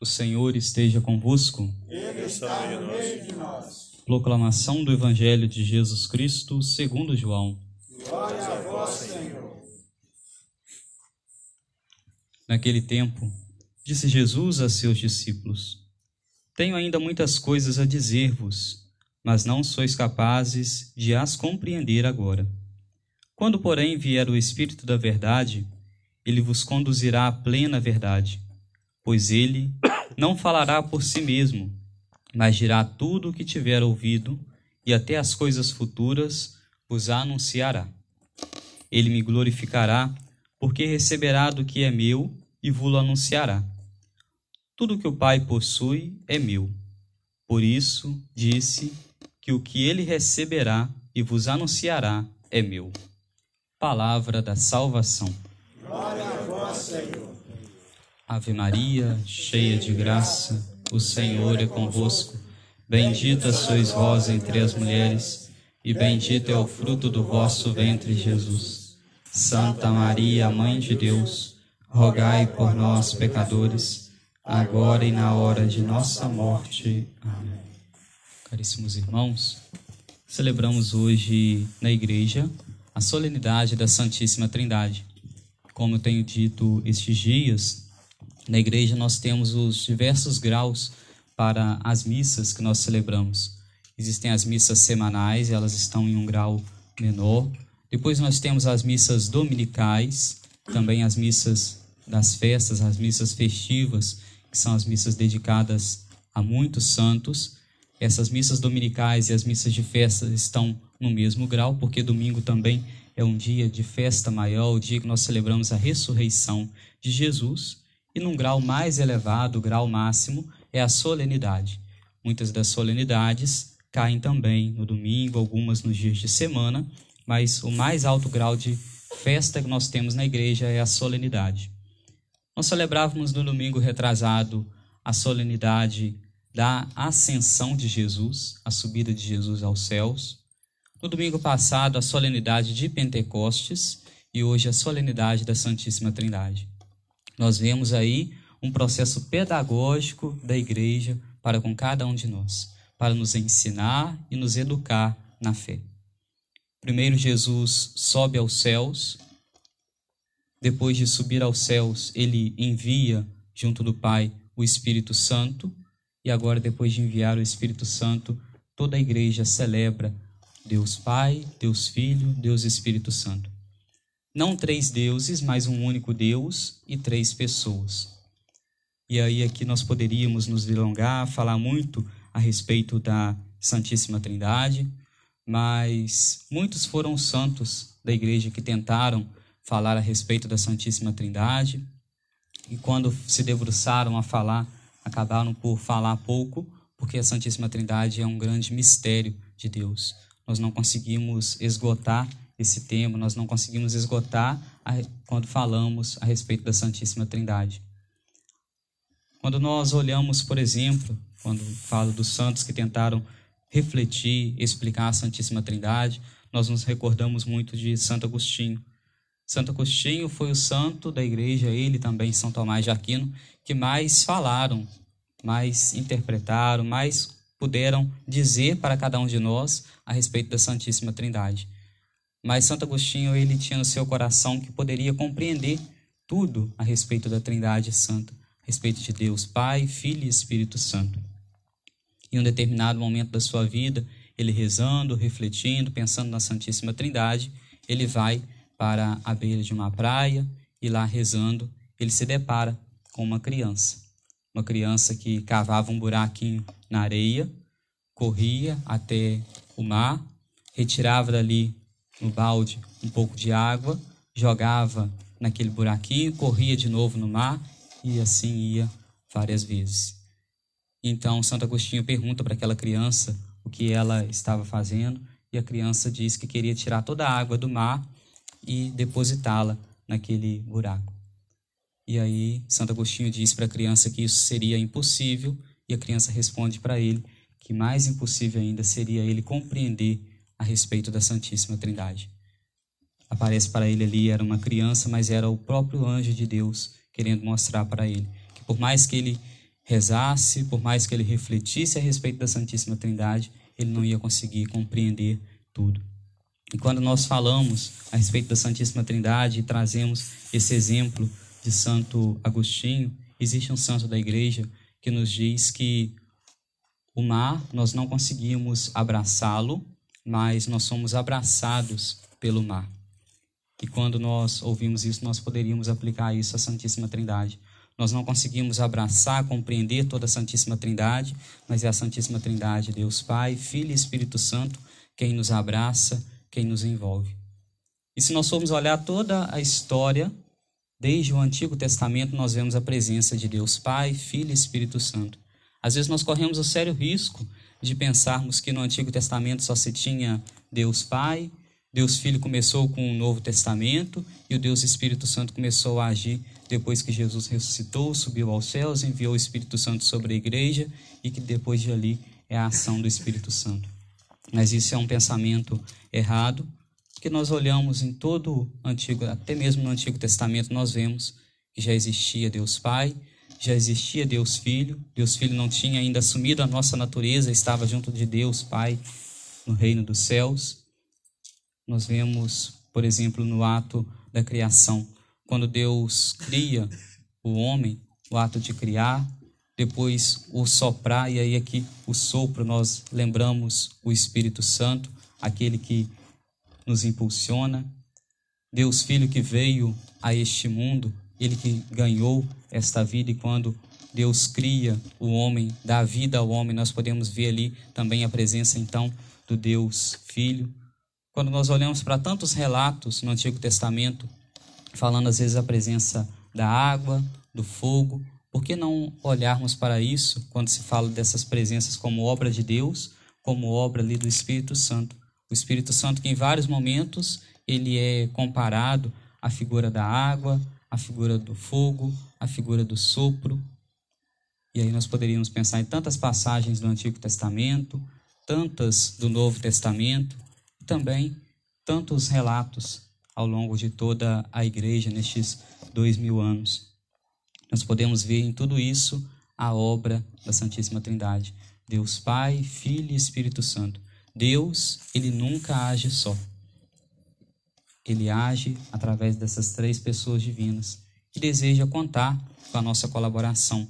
O Senhor esteja convosco. Ele está no meio de nós. Proclamação do Evangelho de Jesus Cristo segundo João. Glória a vós, Senhor. Naquele tempo, disse Jesus a seus discípulos: Tenho ainda muitas coisas a dizer-vos, mas não sois capazes de as compreender agora. Quando, porém, vier o Espírito da verdade, ele vos conduzirá à plena verdade, pois ele não falará por si mesmo, mas dirá tudo o que tiver ouvido, e até as coisas futuras vos anunciará. Ele me glorificará, porque receberá do que é meu e vos anunciará. Tudo que o Pai possui é meu. Por isso disse que o que ele receberá e vos anunciará é meu. Palavra da salvação. Glória a vós, Senhor. Ave Maria, cheia de graça, o Senhor é convosco. Bendita sois vós entre as mulheres, e bendito é o fruto do vosso ventre, Jesus. Santa Maria, Mãe de Deus, rogai por nós, pecadores, agora e na hora de nossa morte. Amém. Caríssimos irmãos, celebramos hoje na igreja a solenidade da Santíssima Trindade. Como eu tenho dito estes dias, na igreja nós temos os diversos graus para as missas que nós celebramos. Existem as missas semanais, elas estão em um grau menor. Depois nós temos as missas dominicais, também as missas das festas, as missas festivas, que são as missas dedicadas a muitos santos. Essas missas dominicais e as missas de festa estão no mesmo grau, porque domingo também é um dia de festa maior, o dia que nós celebramos a ressurreição de Jesus. E num grau mais elevado, o grau máximo, é a solenidade. Muitas das solenidades caem também no domingo, algumas nos dias de semana, mas o mais alto grau de festa que nós temos na igreja é a solenidade. Nós celebrávamos no domingo retrasado a solenidade da ascensão de Jesus, a subida de Jesus aos céus. No domingo passado, a solenidade de Pentecostes e hoje a solenidade da Santíssima Trindade. Nós vemos aí um processo pedagógico da igreja para com cada um de nós, para nos ensinar e nos educar na fé. Primeiro, Jesus sobe aos céus. Depois de subir aos céus, ele envia junto do Pai o Espírito Santo. E agora, depois de enviar o Espírito Santo, toda a igreja celebra Deus Pai, Deus Filho, Deus Espírito Santo. Não três deuses, mas um único Deus e três pessoas. E aí aqui nós poderíamos nos delongar, falar muito a respeito da Santíssima Trindade, mas muitos foram os santos da igreja que tentaram falar a respeito da Santíssima Trindade, e quando se debruçaram a falar, acabaram por falar pouco, porque a Santíssima Trindade é um grande mistério de Deus. Nós não conseguimos esgotar esse tema, nós não conseguimos esgotar quando falamos a respeito da Santíssima Trindade. Quando nós olhamos, por exemplo, quando falo dos santos que tentaram refletir, explicar a Santíssima Trindade, nós nos recordamos muito de Santo Agostinho. Santo Agostinho foi o santo da igreja, ele também, São Tomás de Aquino, que mais falaram, mais interpretaram, mais puderam dizer para cada um de nós a respeito da Santíssima Trindade. Mas Santo Agostinho, ele tinha no seu coração que poderia compreender tudo a respeito da Trindade Santa, a respeito de Deus Pai, Filho e Espírito Santo. Em um determinado momento da sua vida, ele rezando, refletindo, pensando na Santíssima Trindade, ele vai para a beira de uma praia e lá rezando, ele se depara com uma criança que cavava um buraquinho na areia, corria até o mar, retirava dali no balde um pouco de água, jogava naquele buraquinho, corria de novo no mar e assim ia várias vezes. Então Santo Agostinho pergunta para aquela criança o que ela estava fazendo e a criança diz que queria tirar toda a água do mar e depositá-la naquele buraco. E aí Santo Agostinho diz para a criança que isso seria impossível e a criança responde para ele que mais impossível ainda seria ele compreender a respeito da Santíssima Trindade. Aparece para ele ali, era uma criança, mas era o próprio anjo de Deus querendo mostrar para ele que por mais que ele rezasse, por mais que ele refletisse a respeito da Santíssima Trindade, ele não ia conseguir compreender tudo. E quando nós falamos a respeito da Santíssima Trindade e trazemos esse exemplo de Santo Agostinho, existe um santo da igreja que nos diz que o mar, nós não conseguimos abraçá-lo, mas nós somos abraçados pelo mar. E quando nós ouvimos isso, nós poderíamos aplicar isso à Santíssima Trindade. Nós não conseguimos abraçar, compreender toda a Santíssima Trindade, mas é a Santíssima Trindade, Deus Pai, Filho e Espírito Santo, quem nos abraça, quem nos envolve. E se nós formos olhar toda a história, desde o Antigo Testamento, nós vemos a presença de Deus Pai, Filho e Espírito Santo. Às vezes nós corremos o sério risco de pensarmos que no Antigo Testamento só se tinha Deus Pai, Deus Filho começou com o Novo Testamento e o Deus Espírito Santo começou a agir depois que Jesus ressuscitou, subiu aos céus, enviou o Espírito Santo sobre a igreja e que depois de ali é a ação do Espírito Santo. Mas isso é um pensamento errado, que nós olhamos em todo o Antigo, até mesmo no Antigo Testamento, nós vemos que já existia Deus Pai, já existia Deus Filho. Deus Filho não tinha ainda assumido a nossa natureza, estava junto de Deus Pai no reino dos céus. Nós vemos, por exemplo, no ato da criação, quando Deus cria o homem, o ato de criar, depois o soprar, e aí aqui o sopro, nós lembramos o Espírito Santo, aquele que nos impulsiona. Deus Filho que veio a este mundo, ele que ganhou esta vida, e quando Deus cria o homem, dá vida ao homem, nós podemos ver ali também a presença então do Deus Filho. Quando nós olhamos para tantos relatos no Antigo Testamento, falando às vezes a presença da água, do fogo, por que não olharmos para isso quando se fala dessas presenças como obra de Deus, como obra ali do Espírito Santo? O Espírito Santo que em vários momentos ele é comparado à figura da água, à figura do fogo, à figura do sopro. E aí nós poderíamos pensar em tantas passagens do Antigo Testamento, tantas do Novo Testamento, e também tantos relatos ao longo de toda a igreja nestes 2000 anos. Nós podemos ver em tudo isso a obra da Santíssima Trindade. Deus Pai, Filho e Espírito Santo. Deus, ele nunca age só. Ele age através dessas três pessoas divinas e deseja contar com a nossa colaboração.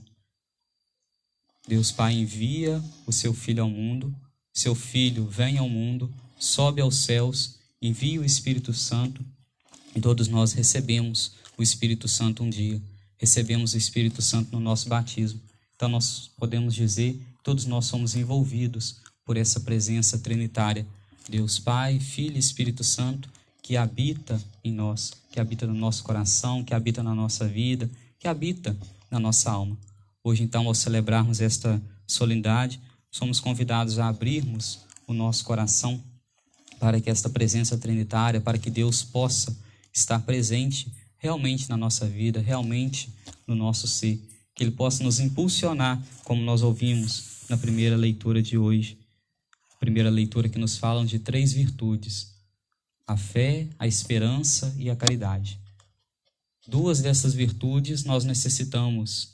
Deus Pai envia o seu Filho ao mundo, seu Filho vem ao mundo, sobe aos céus, envia o Espírito Santo e todos nós recebemos o Espírito Santo um dia. Recebemos o Espírito Santo no nosso batismo. Então nós podemos dizer que todos nós somos envolvidos por essa presença trinitária, Deus Pai, Filho e Espírito Santo, que habita em nós, que habita no nosso coração, que habita na nossa vida, que habita na nossa alma. Hoje, então, ao celebrarmos esta solenidade, somos convidados a abrirmos o nosso coração para que esta presença trinitária, para que Deus possa estar presente realmente na nossa vida, realmente no nosso ser, que Ele possa nos impulsionar, como nós ouvimos na primeira leitura de hoje. Primeira leitura que nos falam de três virtudes: a fé, a esperança e a caridade. Duas dessas virtudes nós necessitamos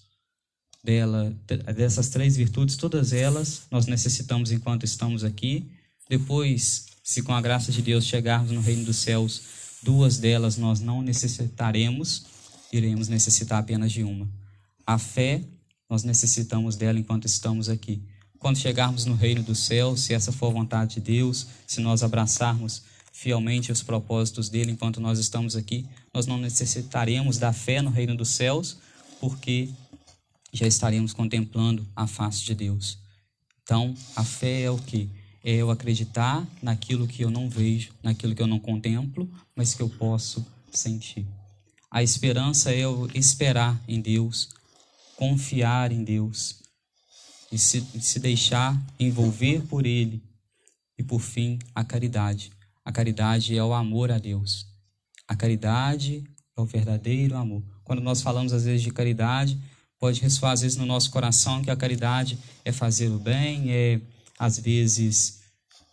dessas três virtudes, todas elas nós necessitamos enquanto estamos aqui. Depois, se com a graça de Deus chegarmos no reino dos céus, duas delas nós não necessitaremos, iremos necessitar apenas de uma. A fé, nós necessitamos dela enquanto estamos aqui. Quando chegarmos no reino dos céus, se essa for a vontade de Deus, se nós abraçarmos fielmente os propósitos dele enquanto nós estamos aqui, nós não necessitaremos da fé no reino dos céus, porque já estaremos contemplando a face de Deus. Então, a fé é o quê? É eu acreditar naquilo que eu não vejo, naquilo que eu não contemplo, mas que eu posso sentir. A esperança é eu esperar em Deus, confiar em Deus e se deixar envolver por Ele. E por fim, a caridade. A caridade é o amor a Deus. A caridade é o verdadeiro amor. Quando nós falamos às vezes de caridade, pode ressoar às vezes no nosso coração que a caridade é fazer o bem, é às vezes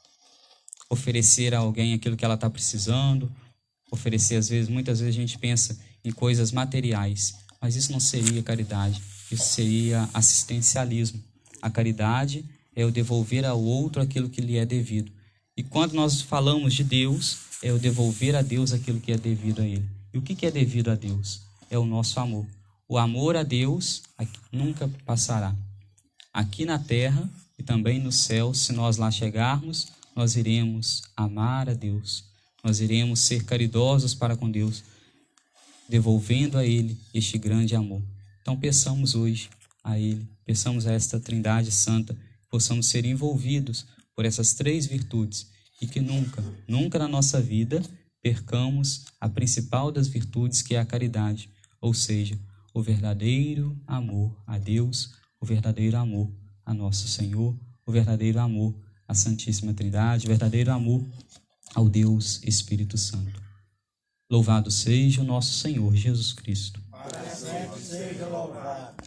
oferecer a alguém aquilo que ela está precisando, oferecer às vezes, muitas vezes a gente pensa em coisas materiais, mas isso não seria caridade. isso seria assistencialismo. A caridade é o devolver ao outro aquilo que lhe é devido. E quando nós falamos de Deus, é o devolver a Deus aquilo que é devido a Ele. E o que é devido a Deus? É o nosso amor. O amor a Deus nunca passará. Aqui na terra e também no céu, se nós lá chegarmos, nós iremos amar a Deus. Nós iremos ser caridosos para com Deus, devolvendo a Ele este grande amor. Então peçamos hoje a Ele, peçamos a esta Trindade Santa, que possamos ser envolvidos por essas 3 virtudes e que nunca na nossa vida percamos a principal das virtudes, que é a caridade, ou seja, o verdadeiro amor a Deus, o verdadeiro amor a nosso Senhor, o verdadeiro amor à Santíssima Trindade, o verdadeiro amor ao Deus Espírito Santo. Louvado seja o nosso Senhor Jesus Cristo. Para sempre seja louvado.